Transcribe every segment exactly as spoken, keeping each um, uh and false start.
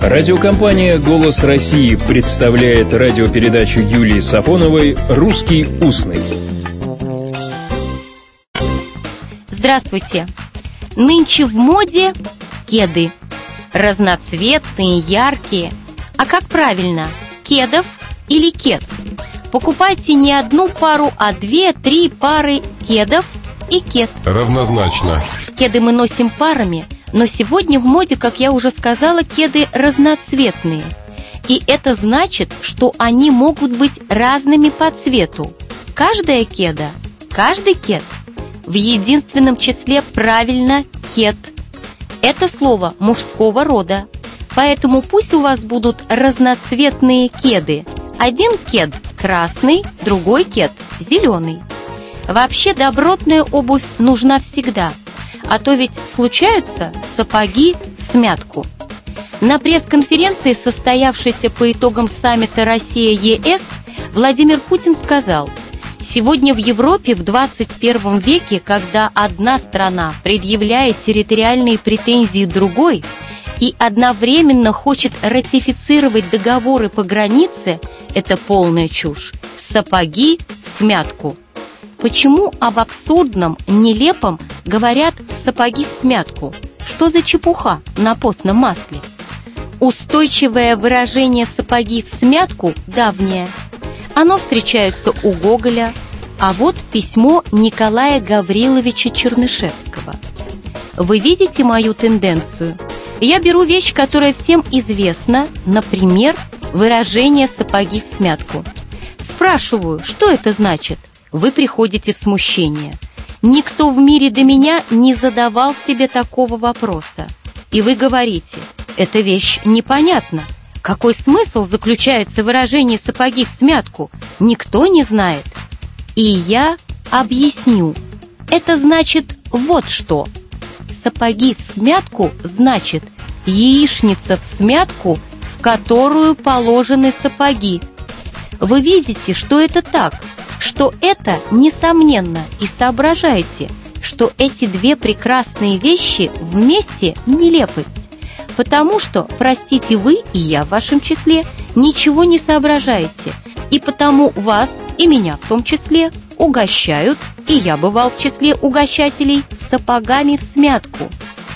Радиокомпания «Голос России» представляет радиопередачу Юлии Сафоновой «Русский устный». Здравствуйте! Нынче в моде кеды. Разноцветные, яркие. А как правильно? Кедов или кед? Покупайте не одну пару, а две-три пары кедов и кед. Равнозначно. Кеды мы носим парами, но сегодня в моде, как я уже сказала, кеды разноцветные. И это значит, что они могут быть разными по цвету. Каждая кеда, каждый кед в единственном числе правильно кед. Это слово мужского рода, поэтому пусть у вас будут разноцветные кеды. Один кед красный, другой кед зеленый. Вообще добротная обувь нужна всегда, а то ведь случаются сапоги всмятку. На пресс-конференции, состоявшейся по итогам саммита Россия-ЕС, Владимир Путин сказал: «Сегодня в Европе в двадцать первом веке, когда одна страна предъявляет территориальные претензии другой и одновременно хочет ратифицировать договоры по границе, это полная чушь. Сапоги всмятку». Почему об абсурдном, нелепом говорят «сапоги всмятку»? Что за чепуха на постном масле? Устойчивое выражение «сапоги всмятку» давнее. Оно встречается у Гоголя, а вот письмо Николая Гавриловича Чернышевского. Вы видите мою тенденцию? Я беру вещь, которая всем известна, например, выражение «сапоги всмятку». Спрашиваю, что это значит? Вы приходите в смущение. Никто в мире до меня не задавал себе такого вопроса. И вы говорите: эта вещь непонятна. Какой смысл заключается в выражении «сапоги всмятку»? Никто не знает. И я объясню. Это значит вот что. Сапоги всмятку значит яичница всмятку, в которую положены сапоги. Вы видите, что это так, что это несомненно, и соображаете, что эти две прекрасные вещи вместе нелепость. Потому что, простите, вы и я в вашем числе ничего не соображаете, и потому вас, и меня в том числе, угощают, и я бывал в числе угощателей, сапогами всмятку.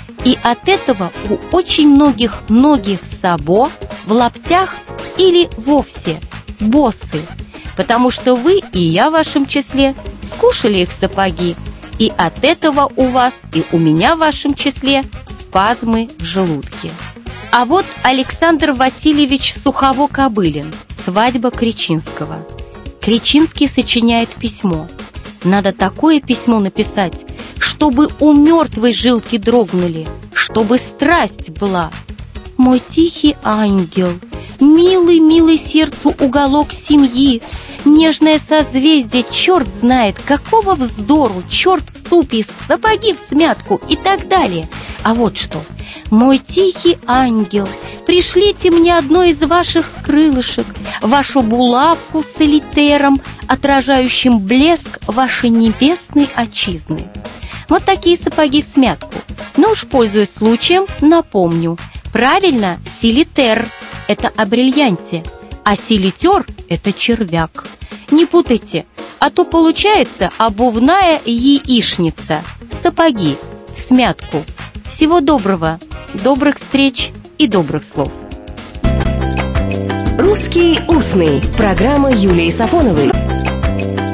И от этого у очень многих ноги в сабо, в лаптях или вовсе боссы, потому что вы и я в вашем числе скушали их сапоги, и от этого у вас и у меня в вашем числе спазмы в желудке. А вот Александр Васильевич Сухово-Кобылин, свадьба Кречинского. Кречинский сочиняет письмо. Надо такое письмо написать, чтобы у мертвой жилки дрогнули, чтобы страсть была. Мой тихий ангел, милый-милый сердцу уголок семьи, нежное созвездие, черт знает, какого вздору, черт в ступе, сапоги всмятку и так далее. А вот что. Мой тихий ангел, пришлите мне одно из ваших крылышек, вашу булавку с элитером, отражающим блеск вашей небесной отчизны. Вот такие сапоги всмятку. Но уж, пользуясь случаем, напомню. Правильно, силитер – это о бриллианте, а силитер – это червяк. Не путайте, а то получается обувная яичница. Сапоги всмятку. Всего доброго, добрых встреч и добрых слов. «Русский устный». Программа Юлии Сафоновой.